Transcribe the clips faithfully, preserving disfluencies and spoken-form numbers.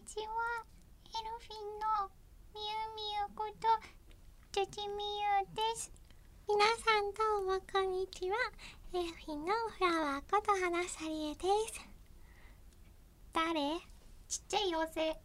ちは。エルフィンのみゆみゆこと辻みゆです。皆さんどうもこんにちは。エルフィンのフラワーこと花さりえです。誰？ちっちゃい妖精。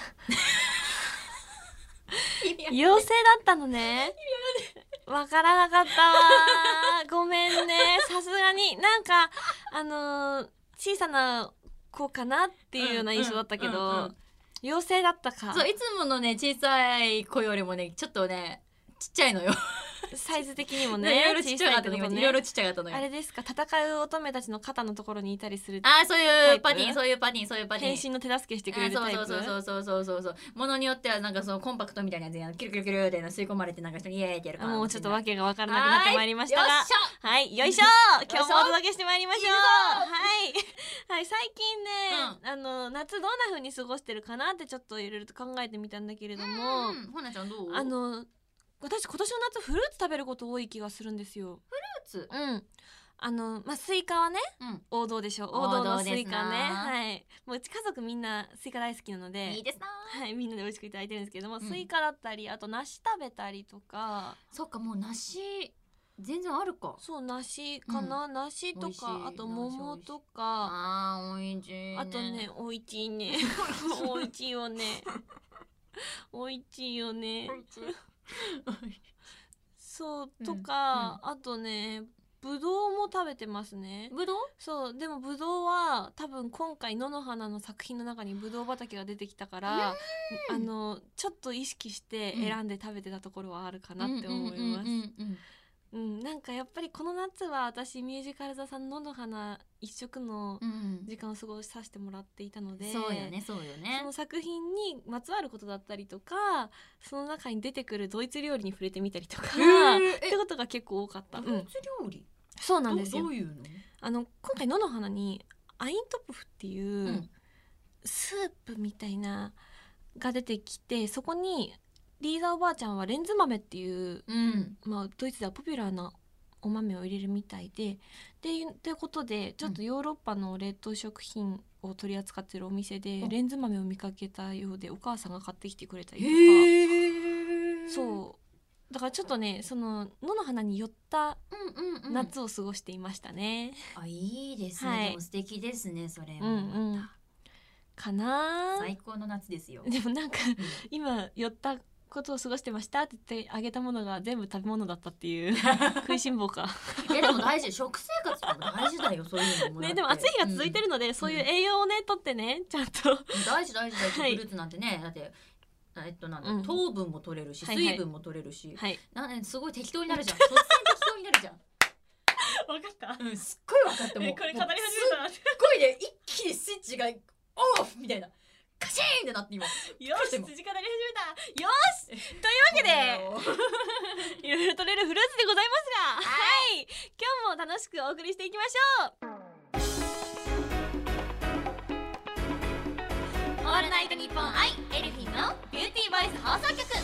妖精だったのね。わからなかったわ。ごめんね。さすがになんかあのー、小さな子かなっていうような印象だったけど、うんうんうんうん、妖精だったか。 そう、いつものね小さい子よりもねちょっとねちっちゃいのよ。 サイズ的にもね、 いろいろちっちゃかったのよ、ね、いろいろちっちゃかったのよ。 あれですか、戦う乙女たちの肩のところにいたりする。 あー、そういうパティン、そういうパティン、そういうパティン。 変身の手助けしてくれるタイプ。 そうそうそうそうそうそう。ものによってはなんかそのコンパクトみたいなやつにキュルキュルキュルって吸い込まれてなんか人にイエーイってやるから。 もうちょっとわけが分からなくなってまいりましたが、はい、よいしょ。今日もお届けしてまいりましょう。はいはい、最近ね、うん、あの夏どんな風に過ごしてるかなってちょっといろいろと考えてみたんだけれども、 ほなちゃんどう？ あの私今年の夏フルーツ食べること多い気がするんですよ。 フルーツ？ うん。あのまあスイカはね、うん、王道でしょ。王道のスイカね。はい。もううち家族みんなスイカ大好きなので。 いいですな。 はい、みんなで美味しくいただいてるんですけども、うん、スイカだったり、あと梨食べたりとか。 そっか、もう梨全然あるか。 そう、梨かな、うん、梨とか、あと桃とか。 あー、おいしいね。 あとね、おいしいね。おいしいよね。おいしいよね。そうとか、うんうん、あとねぶどうも食べてますね。 ぶどう？ そう、でもぶどうは多分今回野の花の作品の中にぶどう畑が出てきたから、あのちょっと意識して選んで食べてたところはあるかなって思います。うん、なんかやっぱりこの夏は私ミュージカル座さんの野の花一色の時間を過ごさせてもらっていたので、 うん、そうよねそうよね。 その作品にまつわることだったりとか、その中に出てくるドイツ料理に触れてみたりとか、ってことが結構多かった。 ドイツ料理、 うん、そうなんですよ。 どういうの？ あの今回野の花にアイントプフっていうスープみたいなが出てきて、そこにリーザおばあちゃんはレンズ豆っていう、うんまあ、ドイツではポピュラーなお豆を入れるみたいで、でということでちょっとヨーロッパの冷凍食品を取り扱ってるお店で、うん、レンズ豆を見かけたようでお母さんが買ってきてくれたりとか。へそうだからちょっとね、その野の花に寄った夏を過ごしていましたね。 うんうんうん、あ、いいですね、はい、でも素敵ですねそれも、 うんうん、かな。 最高の夏ですよ。 でもなんか、うん、今寄ったことを過ごしてましたって言ってあげたものが全部食べ物だったっていう食いしん坊か。 いやでも大事、食生活も大事だよそういうのも。 ね、でも暑い日が続いてるので、うん、そういう栄養をねとってねちゃんと大事大事大事、はい、フルーツなんてねだってえっとなんだ、うん、糖分も取れるし、はいはい、水分も取れるし、はい、なんすごい適当になるじゃん。突然適当になるじゃん。 わかった、 うん、すっごいわかった。もうこれ語り始めた。 すっごいね、一気にスイッチがオフみたいなカシーンってなって今。よし、辻語り始めた。よしというわけでいろいろ取れるフルーツでございますが、はい、はい、今日も楽しくお送りしていきましょう。オールナイトニッポンアイエルフィンのビューティーボイス放送局。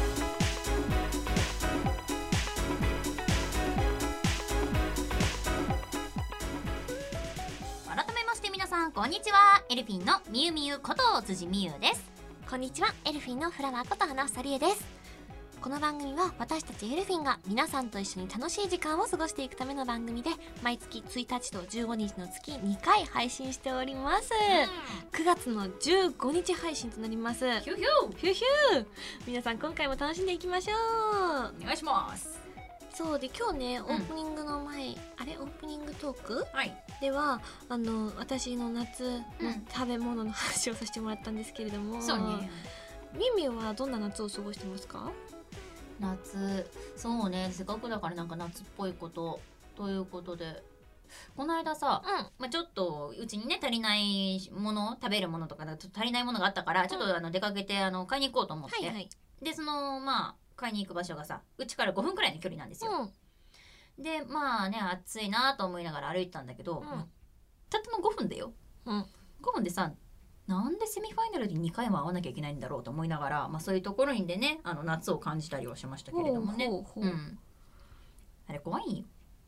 改めまして皆さんこんにちは。エルフィンのみゆみゆこと辻みゆです。 こんにちは。エルフィンのフラワーこと花さりえです。この番組は私たちエルフィンが皆さんと一緒に楽しい時間を過ごしていくための番組で、毎月ついたちとじゅうごにちの月にかい配信しております、うん、くがつのじゅうごにち配信となります。 ヒューヒューヒューヒュー。皆さん今回も楽しんでいきましょう。 お願いします。 そうで今日ね、オープニングの前、うん、あれオープニングトーク、 はい、 ではあの私の夏の食べ物の話をさせてもらったんですけれども、うん、 そうね。 みみはどんな夏を過ごしてますか？ 夏、そうね、せっかくだからなんか夏っぽいことということで、この間さ、うんまあ、ちょっとうちにね足りないもの、食べるものとかちょっと足りないものがあったから、うん、ちょっとあの出かけてあの買いに行こうと思って、はいはい、でそのまあ買いに行く場所がさ、うちからごふんくらいの距離なんですよ、うん、でまあね暑いなと思いながら歩いてたんだけど、うん、たったのごふんだよ、うん、ごふんでさ、なんでセミファイナルでにかいも会わなきゃいけないんだろうと思いながら、まあ、そういうところにでねあの夏を感じたりはしましたけれどもね。ほうほうほう、うん、あれ怖いんよ。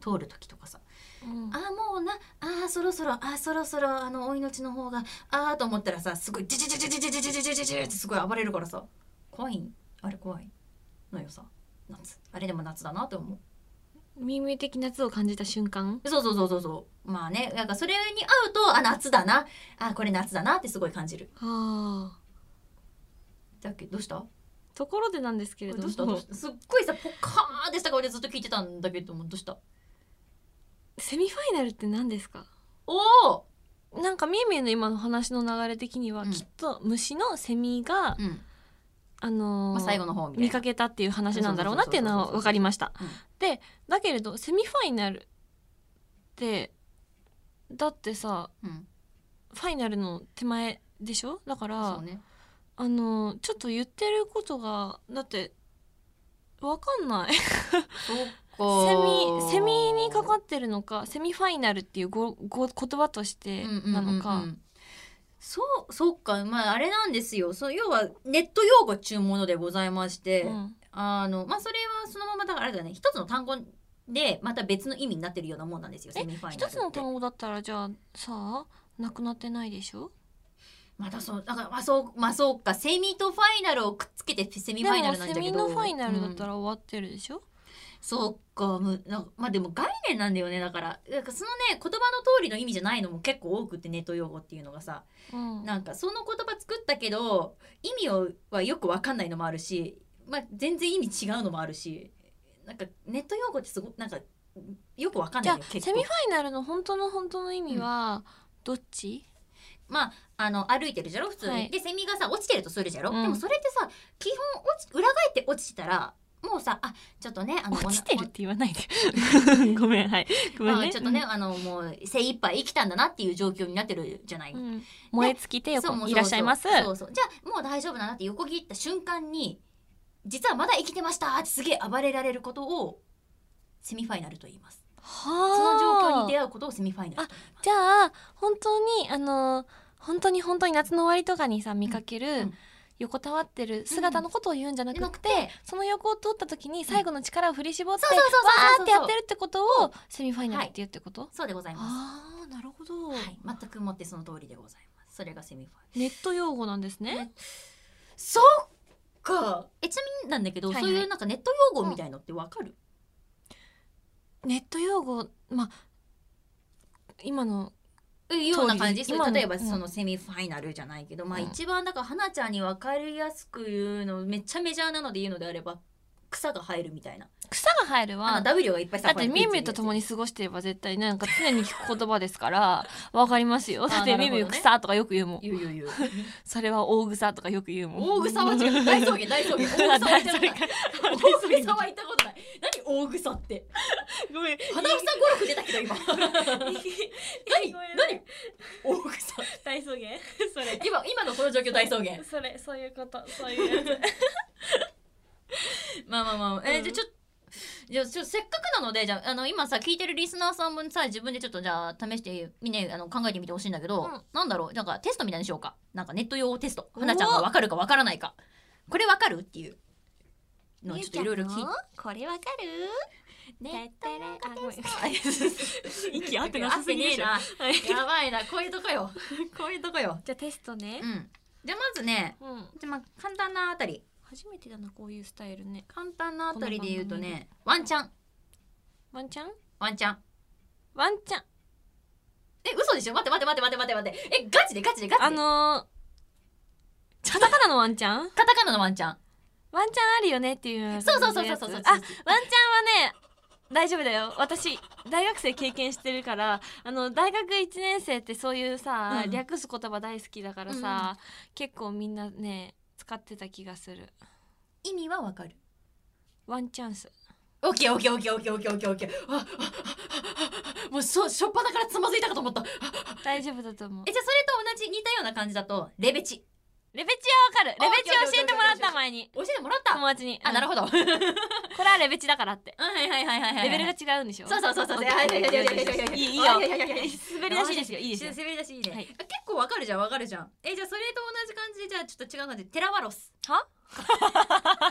通る時とかさ、 うん、 あもうなあそろそろあそろそろあのお命の方があーと思ったらさすごいジジジジジジジジジジジジってすごい暴れるからさ怖いあれ怖いのよさ夏あれでも夏だなって思う。 耳々的夏を感じた瞬間。 そうそうそうそうそうまあねなんかそれに合うとあ夏だなあこれ夏だなってすごい感じる。 はあ。 だっけどうしたところでなんですけれどもどうしたどうしたすっごいさポカーンってした顔でずっと聞いてたんだけどもどうした。 セミファイナルって何ですか。 おおなんかみゆみゆの今の話の流れ的には、 うん、 きっと虫のセミが、 うんあのーまあ、最後の方みたいな見かけたっていう話なんだろうなっていうのは分かりました。でだけれどセミファイナルってだってさ、うん、ファイナルの手前でしょ。だから、そうね、あのー、ちょっと言ってることがだって分かんないセミセミにかかってるのかセミファイナルっていうごご言葉としてなのか、うんうんうんうん、 そうそっかまああれなんですよ。そう要はネット用語っちゅうものでございまして、うん、あのまあそれはそのままだからあれだね一つの単語でまた別の意味になってるようなもんなんですよ。セミファイナルって一つの単語だったらじゃあさあなくなってないでしょ。 まだそうだからまあそうまあそうかセミとファイナルをくっつけてセミファイナルなんだけどでもセミのファイナルだったら終わってるでしょ、うん、 そうかむなまあでも概念なんだよね。だからなんかそのね言葉の通りの意味じゃないのも結構多くってネット用語っていうのがさ、うん、なんかその言葉作ったけど意味をはよく分かんないのもあるし、まあ、全然意味違うのもあるしなんかネット用語ってすごなんかよく分かんないよ。 じゃあセミファイナルの本当の本当の意味はどっち、 うん、まああの歩いてるじゃろ普通に、はい、でセミがさ落ちてるとするじゃろ、うん、でもそれってさ基本落ち裏返って落ちてたらもうさあちょっとねあの落ちてるって言わないでごめんはいごめんね、 まあ、ちょっとね、うん、あのもう精一杯生きたんだなっていう状況になってるじゃない、うん、 燃え尽きて横いらっしゃいます。 そうそうじゃあもう大丈夫だなって横切った瞬間に実はまだ生きてましたってすげえ暴れられることをセミファイナルと言います。はあ、その状況に出会うことをセミファイナルと言います。 あじゃあ本当にあの本当に本当に夏の終わりとかにさ見かける、うんうん横たわってる姿のことを言うんじゃなくて、うん、その横を通った時に最後の力を振り絞ってわーってやってるってことをセミファイナルって言うってこと、はい、 そうでございます。 あーなるほど、 はい、全くもってその通りでございます。それがセミファイナルネット用語なんですね。 そっかえちなみになんだけど、はいはい、そういうなんかネット用語みたいのってわかる、 うん、ネット用語まあ今のような感じ。例えばそのセミファイナルじゃないけど、うん、まあ一番だから花ちゃんに分かりやすく言うのめっちゃメジャーなので言うのであれば草が生えるみたいな。 草が生えるは W がいっぱいだってみゆみゆと共に過ごしてれば絶対なんか常に聞く言葉ですから分かりますよ。だってみゆみゆ草とかよく言うもん。言う言う言うそれは大草とかよく言うもん。 大草は違う大草原大草原大草は言ったことない大草は言ったことない。何大草ってごめん花房語録出たけど今何何大草大草原それ今今のこの状況大草原それそういうことそういうやつまあまあまあえー、じゃあちょっとじゃあちょっとせっかくなのでじゃあ、あの今さ聞いてるリスナーさん分さ自分でちょっとじゃあ試してみねあの考えてみてほしいんだけど、うん、なんだろうなんかテストみたいにしようか。なんかネット用テスト花ちゃんが分かるか分からないかこれ分かるっていうのをちょっといろいろ聞いてこれ分かるネット用テスト息合ってなさすぎでしょやばいなこういうとこよこういうとこよ。 じゃあテストね、 うん、じゃあまずね、うん、じゃあまあ簡単なあたり初めてだなこういうスタイルね。 簡単なあたりで言うとねワンチャンワンチャンワンチャンワンチャンえ嘘でしょ。待って待って待って待って待ってえガチでガチでガチであのー、カタカナのワンチャンカタカナのワンチャンワンチャンあるよねっていうそうそうそうそうそうそうあワンチャンはね大丈夫だよ。私大学生経験してるからあの大学いちねん生ってそういうさ、うん、略す言葉大好きだからさ、うん、結構みんなね使ってた気がする。 意味はわかる。 ワンチャンス。 オッケーオッケーオッケーオッケーオッケーオッケーオッケーあああもうしょしょっぱなからつまずいたかと思った大丈夫だと思う。 えじゃあそれと同じ似たような感じだとレベチ。 レベチはわかる。レベチ教えてもらった前に教えてもらった友達に。 あ、なるほどこれはレベチだからって。 はいはいはいはいレベルが違うんでしょ。 そうそうそうそう。いやいやいやいやいやいやいいよ。滑り出しいいですよ。いいですよ。 滑り出しいいね。結構わかるじゃんわかるじゃん。えじゃあそれと同じ感じでじゃあちょっと違う感じでテラワロス。 は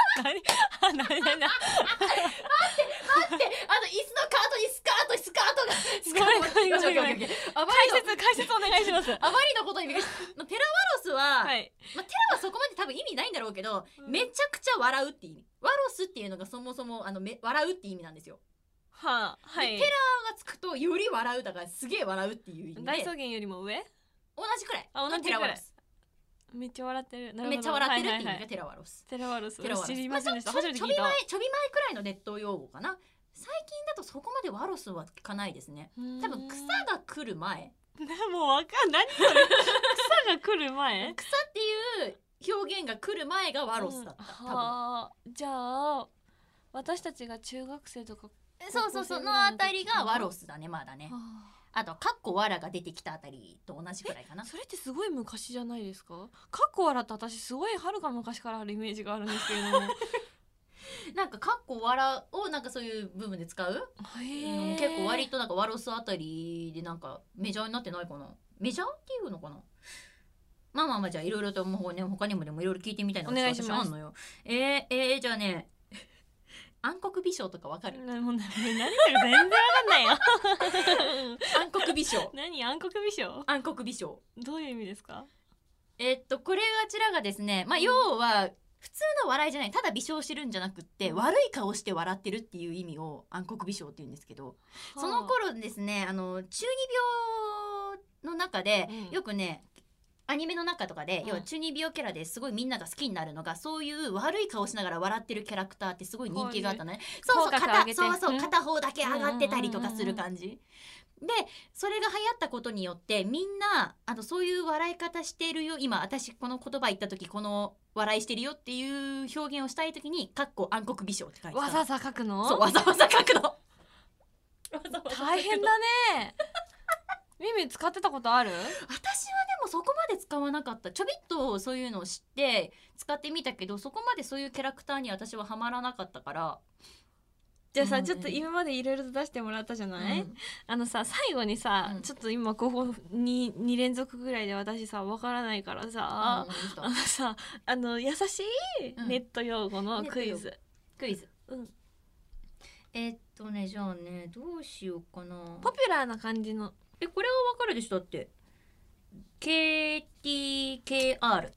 何あなになにな待ってあの椅子のカートにスカートスカートがスカートごめんごめんごめんよしよしよしよしあま解りの説解説お願いします。 あまりのことにびっくりしたテラワロスは、 はい。 まあ、テラはそこまで多分意味ないんだろうけど、 うんめちゃくちゃ笑うって意味。ワロスっていうのがそもそもあのめ笑うって意味なんですよ。 はあはい。 でテラがつくとより笑うだからすげえ笑うっていう意味で大草原よりも上？ 同じくらいあ同じくらいテラワロスめっちゃ笑ってる。なるほどめっちゃ笑ってるっていう意味がはいはいはいテラワロス。 テラワロステラワロス知りませんでした。 まあ初めて聞いた。 ちょちょび前ちょび前くらいのネット用語かな。最近だとそこまでワロスは聞かないですね。多分草が来る前もうわかんない。何それ草が来る前？ 草っていう表現が来る前がワロスだった、 うん多分はあじゃあ私たちが中学生とかそうそうそうのあたりがワロスだねまだね。 はあとカッコワラが出てきたあたりと同じくらいかなあ。それってすごい昔じゃないですか？カッコ笑って私すごいはるか昔からあるイメージがあるんですけれどもなんかカッコワラをなんかそういう部分で使う、うん、結構割となんかワロスあたりでなんかメジャーになってないかな。メジャーっていうのかな。まあまあまあじゃあいろいろともうね他にもでもいろいろ聞いてみたいなお願いします私あんのよ。えー、えー、じゃあね暗黒美少とかわかる？ なもう何言ってるか全然わかんないよ暗黒美少何暗黒美少暗黒美少どういう意味ですか？ えっとこれがちらがですねまあ要は普通の笑いじゃないただ微笑してるんじゃなくって悪い顔して笑ってるっていう意味を暗黒美少って言うんですけど、その頃ですねあの中二病の中で、 うんよくねアニメの中とかで、 うん要は中二病キャラですごいみんなが好きになるのがそういう悪い顔しながら笑ってるキャラクターってすごい人気があったのね。そうそう口角上げて片そうそううん片方だけ上がってたりとかする感じ。でそれが流行ったことによってみんなあのそういう笑い方してるよ今私この言葉言った時この笑いしてるよっていう表現をしたい時にかっこ暗黒美少って書いてた。 わざわざ書くの？ そうわざわざ書くのわざわざ書くの大変だねミミ使ってたことある？ 私はでもそこまで使わなかった。ちょびっとそういうのを知って使ってみたけどそこまでそういうキャラクターに私はハマらなかったから。 じゃあさ、 うんちょっと今までいろいろと出してもらったじゃない、 うんあのさ最後にさ、 うんちょっと今ここにに連続ぐらいで私さわからないからさ、 ああのさあの優しいうんネット用語のクイズ、 クイズ、 うん、 えーっとねじゃあねどうしようかな。 ポピュラーな感じのえこれはわかるでしょだって ケーティーケーアール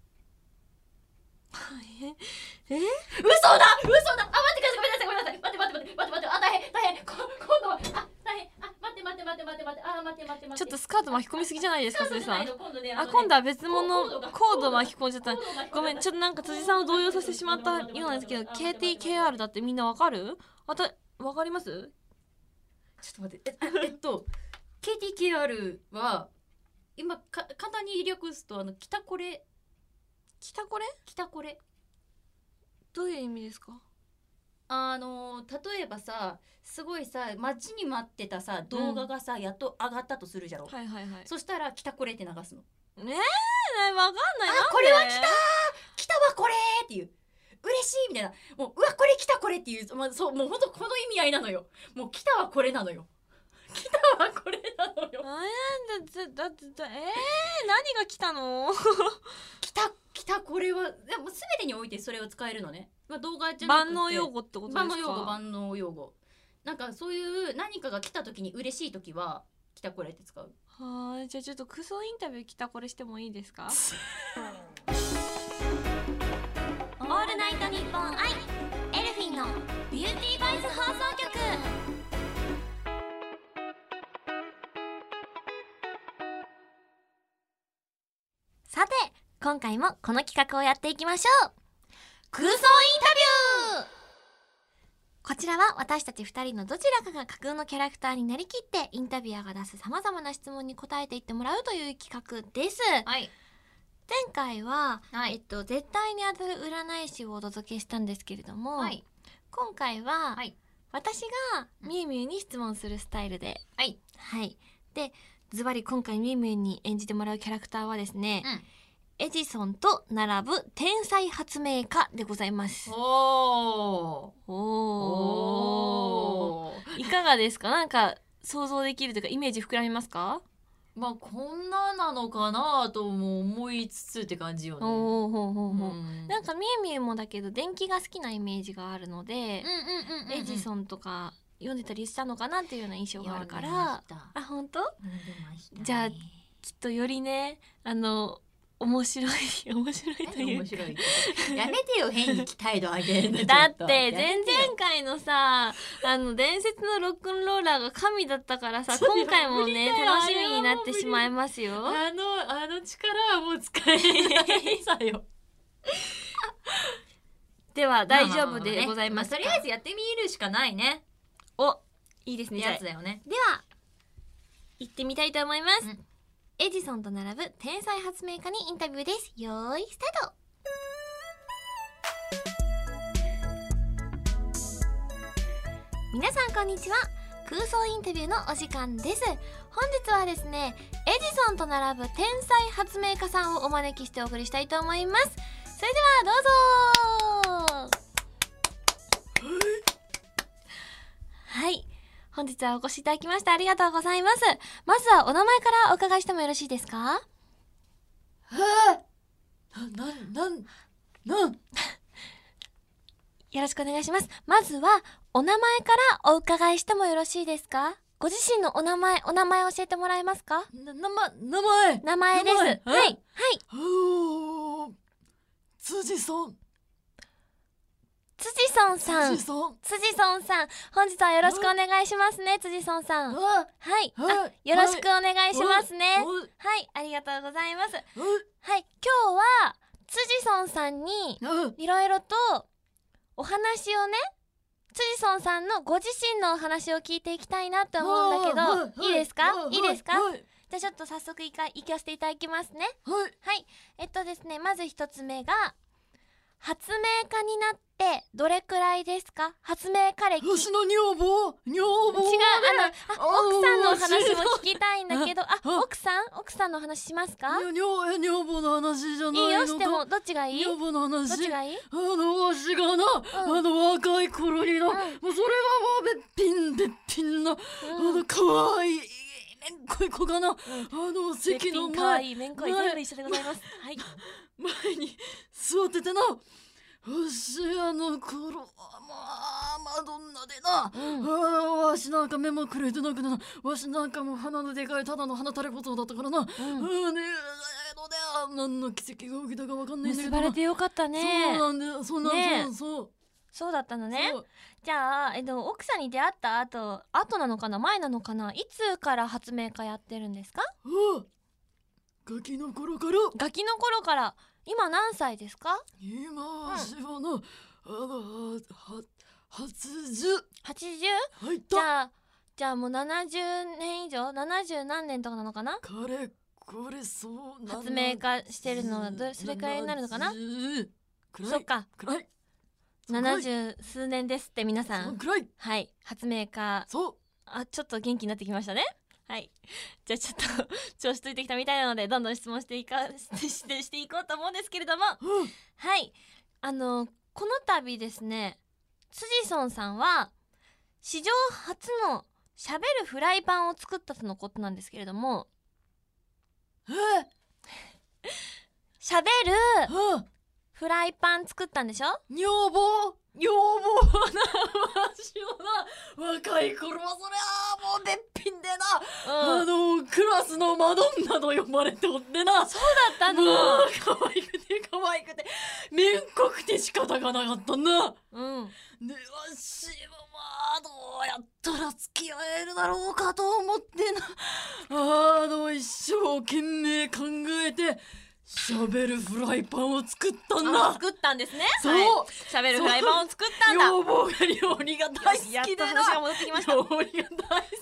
ええ嘘だ嘘だあ待ってくださいごめんなさいごめんなさい待って待って待って待って待ってあ大変大変こ今度はあ大変あ待って待って待って待って待ってあ待って待って待ってちょっとスカート巻き込みすぎじゃないですかそれさ今度ねあ今度は別物コードがコード巻き込んじゃったコードがごめんちょっとなんか辻さんを動揺させてしまったようなんですけど ケーティーケーアール だってみんなわかる？あたわかります？ ちょっと待ってええっと ケーティーケーアール は今か簡単に略すとあの北コレ北これ北コレどういう意味ですか？ あの例えばさすごいさ待ちに待ってたさ動画がさ、やっと上がったとするじゃろ、 はいはいはいそしたら北コレって流すの。 ねえねえわかんないなんであこれは来た来たわこれっていう嬉しいみたいなもううわこれ来たこれっていう、まあ、そうもうほんとこの意味合いなのよ。もう来たわこれなのよ来たわこれなのよ。 あなんだだだだえー、何が来たの来た来たこれはでも全てにおいてそれを使えるのね、まあ、動画じゃなくて万能用語ってことですか？ 万能用語万能用語なんかそういう何かが来た時に嬉しい時は来たこれって使う。 はいじゃあちょっとクソインタビュー来たこれしてもいいですか？ オールナイトニッポンアイエルフィンのビューティーバイス放送局。さて今回もこの企画をやっていきましょう。空想インタビュー。こちらは私たちふたりのどちらかが架空のキャラクターになりきってインタビュアーが出すさまざまな質問に答えていってもらうという企画です。 はい前回は、 はいえっと、絶対に当たる占い師をお届けしたんですけれども、 はい今回は、 はい私がみゆみゆに質問するスタイルで、 はいはい、でズバリ今回みゆみゆに演じてもらうキャラクターはですね、 うんエジソンと並ぶ天才発明家でございます。 おーおおーーいかがですか？なんか想像できるというかイメージ膨らみますか？ まあこんななのかなとも思いつつって感じよね。 おーほうほうほう、 うん、 なんかみゆみゆもだけど電気が好きなイメージがあるので、エジソンとか読んでたりしたのかなっていうような印象があるから。あ、本当？じゃあきっとよりね、あの面白い面白いという面白いやめてよ変に態度上げるだって前々回のさ、あの伝説のロックンローラーが神だったからさ、今回もね楽しみになってしまいますよ。 あのあの力はもう使えないさよでは大丈夫でございます、 まあまあまあね、まあ、とりあえずやってみるしかないね。 お、いいですね。 やつだよね。 では行ってみたいと思います、うん、エジソンと並ぶ天才発明家にインタビューです。よーいスタート。皆さんこんにちは。空想インタビューのお時間です。本日はですね、エジソンと並ぶ天才発明家さんをお招きしてお送りしたいと思います。それではどうぞ。はい、本日はお越しいただきましてありがとうございます。まずはお名前からお伺いしてもよろしいですか？ はあ、な、な、な、なん。 よろしくお願いします。まずはお名前からお伺いしてもよろしいですか？ご自身のお名前、お名前教えてもらえますか？ な、名前、名前。 名前です。はい、はい。 辻さん。 辻孫さん。 辻孫。 辻孫さん。本日はよろしくお願いしますね、辻孫さん。はい。あ、よろしくお願いしますね。はい、ありがとうございます。はい、今日は辻孫さんにいろいろとお話をね、辻孫さんのご自身のお話を聞いていきたいなと思うんだけど、いいですか？いいですか？じゃあちょっと早速いか、行かせていただきますね。 はい。 はい。えっとですね、まず一つ目が、発明家になってどれくらいですか？発明家歴。 私の女房女房違う、あの、あ、奥さんのお話も聞きたいんだけど、あ、奥さん奥さんのお話しますか？ 女女房の話じゃないのか。 いいよ、しても、どっちがいい？ 女房の話。 どっちがいい？ あの、わしがな、うん、あの、若い頃にな、うん、もうそれがもうべっぴんべっぴんな、うん、あの、かわいいめんこい子がな、うん、あの、席の前、 かわいいめんこい、全部一緒でございます。はい。 前に座っててな、わしあの頃はまあマドンナでな、うん、あわしなんか目もくれてなくな、わしなんかもう鼻のでかいただの鼻垂れ小僧だったからな、うん、あねえので何の奇跡が起きたかわかんないんだけどな。 結ばれてよかったね。 そうなんだよ、そうなん、ね、そうそうそうだったのね。じゃあ、えっと、奥さんに出会った後、後なのかな、前なのかな、いつから発明家やってるんですか？ ああ、ガキの頃から。 ガキの頃から。今何歳ですか？ 今はしはな、うん、あの、は、はちじゅう。 はちじゅう？ 入った。じゃあ、じゃあもうななじゅうねん以上、ななじゅう何年とかなのかな？ かれこれそう発明家してるのはどそれくらいになるのかな？そっか。 くらい。 ななじゅう数年ですって皆さん。 くらい。 はい、発明家。 そう。 あ、ちょっと元気になってきましたね。はい、じゃあちょっと調子ついてきたみたいなのでどんどん質問していかしてしていこうと思うんですけれども、うん、はい、あのこの度ですね、辻孫さんは史上初のしゃべるフライパンを作ったとのことなんですけれども、しゃべるフライパン作ったんでしょ？ 女房女房なわしをな、若い頃はそりゃもうべっぴんでな、うん、あのクラスのマドンナと呼ばれておってな。 そうだったの？ 可愛くて可愛くてめんこくて仕方がなかったんだ。 うんで、わしもまあどうやったら付き合えるだろうかと思ってな、あの一生懸命考えてしゃべるフライパンを作ったんだ。 作ったんですね。 そう、はい、 しゃべるフライパンを作ったんだ。 女房が料理が大好きでな。やっと話が戻ってきました。 料理が大好きでな。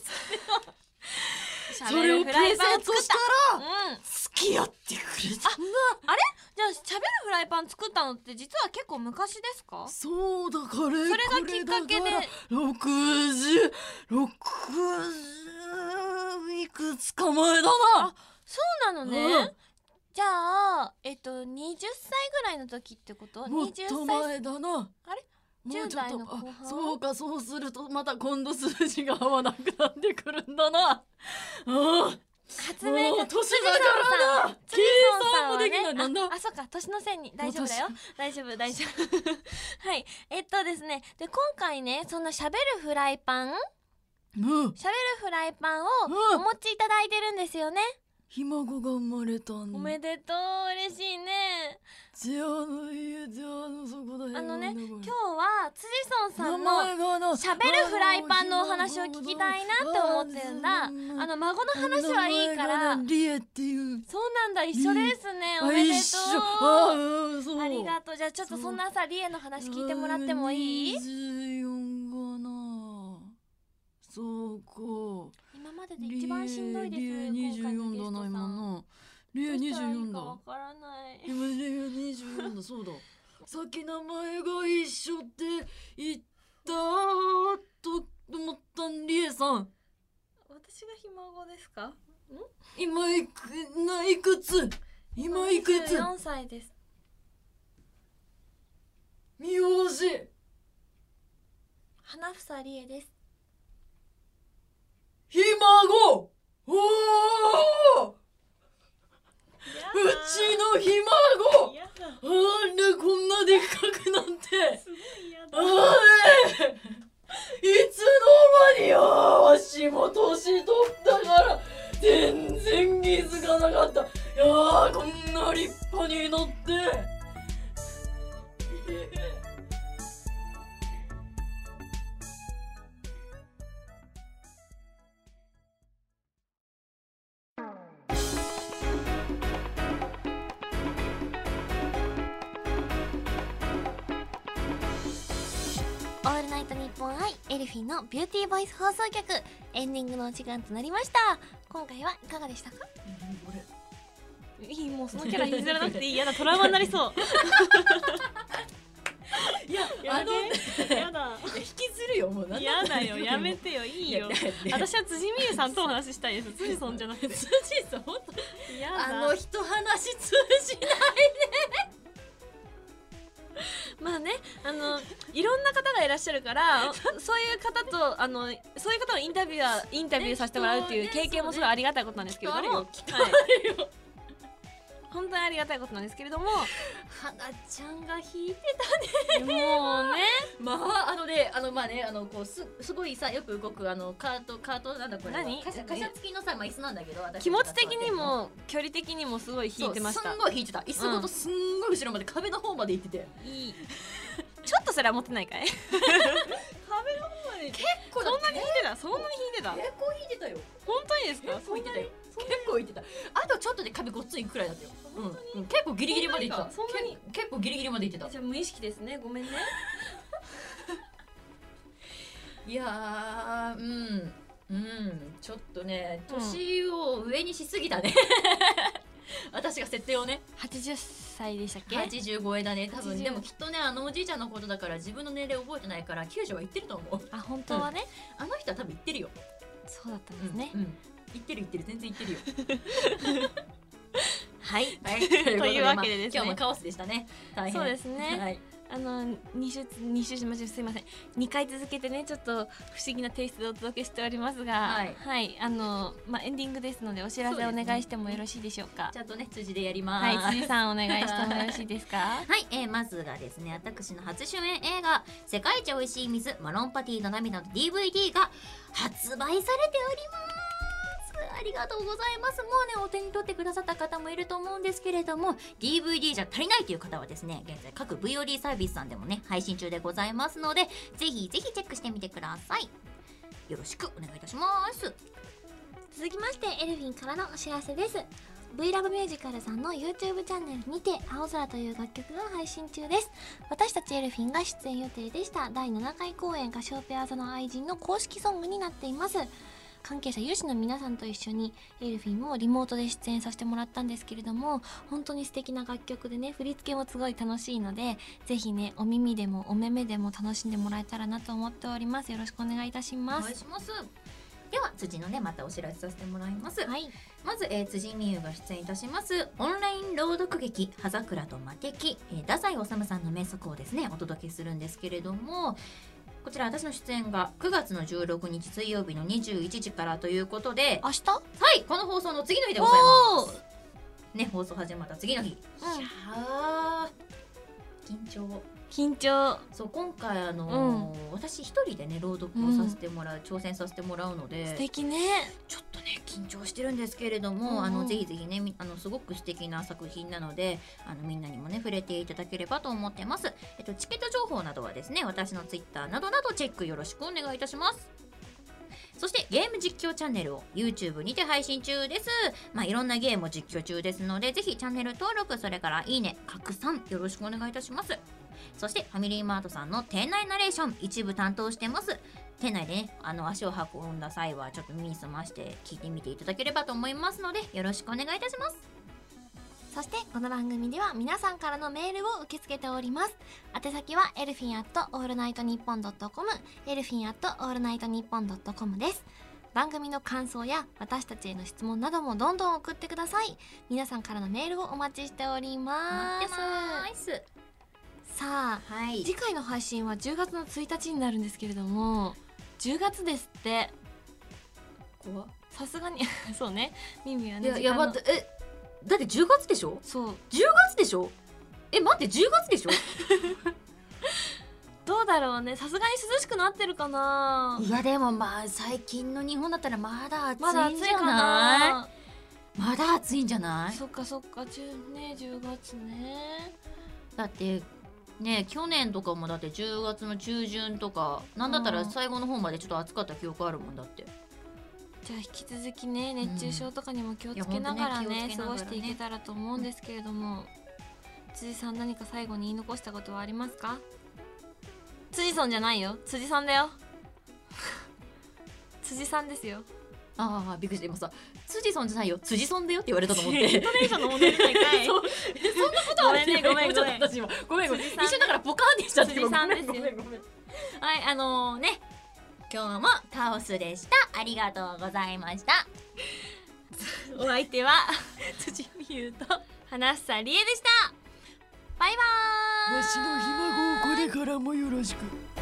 それをプレゼントしたら、うん、付き合ってくれたんだ。 あ、あれ？じゃあしゃべるフライパン作ったのって実は結構昔ですか？ そうだから、 それがきっかけでろくじゅう、ろくじゅういくつか前だな。 あ、そうなのね。うん、じゃあ、えっと、にじゅっさいぐらいの時ってこと？ もっと前だな。 あれ？じゅう代の後半？ そうか、そうするとまた今度数字が合わなくなってくるんだな。ああ、 発明家もう年だからな計算もできない、なんだあ、あ、そっか、年のせいに大丈夫だよ、大丈夫大丈夫はいえっとですね、で今回ね、そんなしゃべるフライパンうんしゃべるフライパンをうんお持ちいただいてるんですよね。 ひ孫が生まれたんおめでとう、嬉しいね。 じゃあの家じゃあのそこだよあのね、今今日は辻村さんのがなしゃべるフライパンのお話を聞きたいなって思ってるんだ。あの孫の話はいいから。 リエっていうそうなんだ、一緒ですね。おあめでと一緒う。 あーそうありがとう。じゃあちょっとそんなさ、リエの話聞いてもらってもいい？ にじゅうよんかな。そうか。 今までで一番しんどいです。 リエにじゅうよんだな今な。リエにじゅうよんだ。 わからない。 今リエにじゅうよんだそうだ。さっき名前が一緒って言ったと思ったんリエさん。 私がひ孫ですか？ん？ 今いくないくつ？今いくつ？ よんさいです。 名字花房理恵です。 ひ孫。おお。うちのひ孫。あれこんなでっかくなって。あれ。いつの間によ。わしも年取ったから全然気づかなかった。いやーこんな立派になって。 オールナイトニッポンアイエルフィンのビューティーボイス放送局エンディングのお時間となりました。今回はいかがでしたか？ いい、もうそのキャラ引きずらなくていい。やだ、トラウマになりそういやあのやだ引きずるよもう。 やだよ、やめてよ、いいよ。私は辻美優さんとお話ししたいです。辻さんじゃなくて。 辻さん本当やだ。 あの人話通じないね。 まあね、あのいろんな方がいらっしゃるからそういう方とあのそういう方をインタビューインタビューさせてもらうっていう経験もすごいありがたいことなんですけれども、はい、本当にありがたいことなんですけれども、 花ちゃんが弾いてたね。もうね、 まああのねあのまあねあのこうすすごいさよく動くあのカートカートなんだこれ何？ 貨車付きのさまあ椅子なんだけど、 気持ち的にも距離的にもすごい弾いてました。 すんごい弾いてた。椅子ごとすんごい後ろまで壁の方まで行ってて。 いい。ちょっとそれは持ってないかい？壁の方まで結構そんなに弾いてた？そんなに弾いてた？ 結構弾いてたよ。 本当にですか？ 結構弾いてたよ。結構弾いてた。あとちょっとで壁ごっついくらいだったよ。うん、結構ギリギリまで行ってた。そんなに結構ギリギリまで行ってた。 じゃあ無意識ですね。ごめんね。 いやー、うんうんちょっとね年を上にしすぎたね。私が設定をね。 はちじゅっさいでしたっけ？ はちじゅう超えだね多分。でもきっとねあのおじいちゃんのことだから自分の年齢覚えてないからきゅうじゅうは言ってると思う。 あ、本当はね、 うん、あの人は多分言ってるよ。 そうだったんですね。 うんうん、言ってる言ってる全然言ってるよ。 はい、 はい、というわけでですね、 今日もカオスでしたね。大変。 そうですね。はい、あのに週に週しましょう。すいません。にかい続けてねちょっと不思議なテイストでお届けしておりますが、はい、はい、あのまあエンディングですのでお知らせお願いしてもよろしいでしょうか。 ちゃんとね辻でやります。 はい、辻さんお願いしてもよろしいですか。 はい、えー、まずがですね私の初主演映画世界一おいしい水マロンパティの涙の ディーブイディー が発売されております。ありがとうございます。もうねお手に取ってくださった方もいると思うんですけれども ディーブイディー じゃ足りないという方はですね現在各 ブイオーディー サービスさんでもね配信中でございますのでぜひぜひチェックしてみてください。よろしくお願いいたします。 続きましてエルフィンからのお知らせです。 V ラブミュージカルさんの YouTube チャンネルにて青空という楽曲が配信中です。私たちエルフィンが出演予定でしただいななかい公演歌唱ペア座の愛人の公式ソングになっています。関係者有志の皆さんと一緒にエルフィンもリモートで出演させてもらったんですけれども本当に素敵な楽曲でね振り付けもすごい楽しいのでぜひねお耳でもお目目でも楽しんでもらえたらなと思っております。よろしくお願いいたします。 お願いします。では辻のねまたお知らせさせてもらいます。 はい、 まず、えー、辻美優が出演いたしますオンライン朗読劇葉桜と魔敵、えー、太宰治さんの名作をですねお届けするんですけれどもこちら私の出演がくがつのじゅうろくにち水曜日のにじゅういちじからということで、 明日？ はいこの放送の次の日でございますね。放送始まった次の日、 うん、 いやー緊張緊張。 そう今回あのーうん、私一人でね朗読をさせてもらう、うん、挑戦させてもらうので素敵ね。 ちょっとね緊張してるんですけれども、うんうん、あのぜひぜひねあのすごく素敵な作品なのであのみんなにもね触れていただければと思ってます。えっとチケット情報などはですね私のツイッターなどなどチェックよろしくお願いいたします。そしてゲーム実況チャンネルを YouTube にて配信中です。まあいろんなゲームを実況中ですのでぜひチャンネル登録それからいいね拡散よろしくお願いいたします。そしてファミリーマートさんの店内ナレーション一部担当してます。店内でねあの足を運んだ際はちょっと耳に澄まして聞いてみていただければと思いますのでよろしくお願いいたします。 そしてこの番組では皆さんからのメールを受け付けております。宛先はエルフィンアットオールナイトニッポンドットコム、エルフィンアットオールナイトニッポンドットコムです。番組の感想や私たちへの質問などもどんどん送ってください。皆さんからのメールをお待ちしております。 待ってます。 さあ、はい、次回の配信はじゅうがつのついたちになるんですけれどもじゅうがつですって。 怖っ。 さすがにそうね耳はね。 いやいや待ってえだってじゅうがつでしょ。 そうじゅうがつでしょ。え待ってじゅうがつでしょどうだろうね。さすがに涼しくなってるかな。 いやでもまあ最近の日本だったらまだ暑いんじゃない？ まだ暑いかな。 まだ暑いんじゃない？ そっかそっかじゅうねじゅうがつね。 だってね去年とかもだってじゅうがつの中旬とかなんだったら最後の方までちょっと暑かった記憶あるもんだって。 じゃあ引き続きね熱中症とかにも気をつけながらね、うんね、過ごしていけたらと思うんですけれども、うん、辻さん何か最後に言い残したことはありますか？辻さんじゃないよ辻さんだよ辻さんですよ。 ああびっくりした今さ辻さんじゃないよ辻さんだよって言われたと思ってイントネーションの問題じゃないかいそ, そんなことはねごめんごめん私もごめんごめん一瞬だからポカーンってしちゃって辻さんですよ。 ごめんごめんごめん。 はいあのー、ね今日もカオスでした。ありがとうございました。 お相手は辻美優と花房理恵でした。バイバーイ。 わしのひ孫をこれからもよろしく。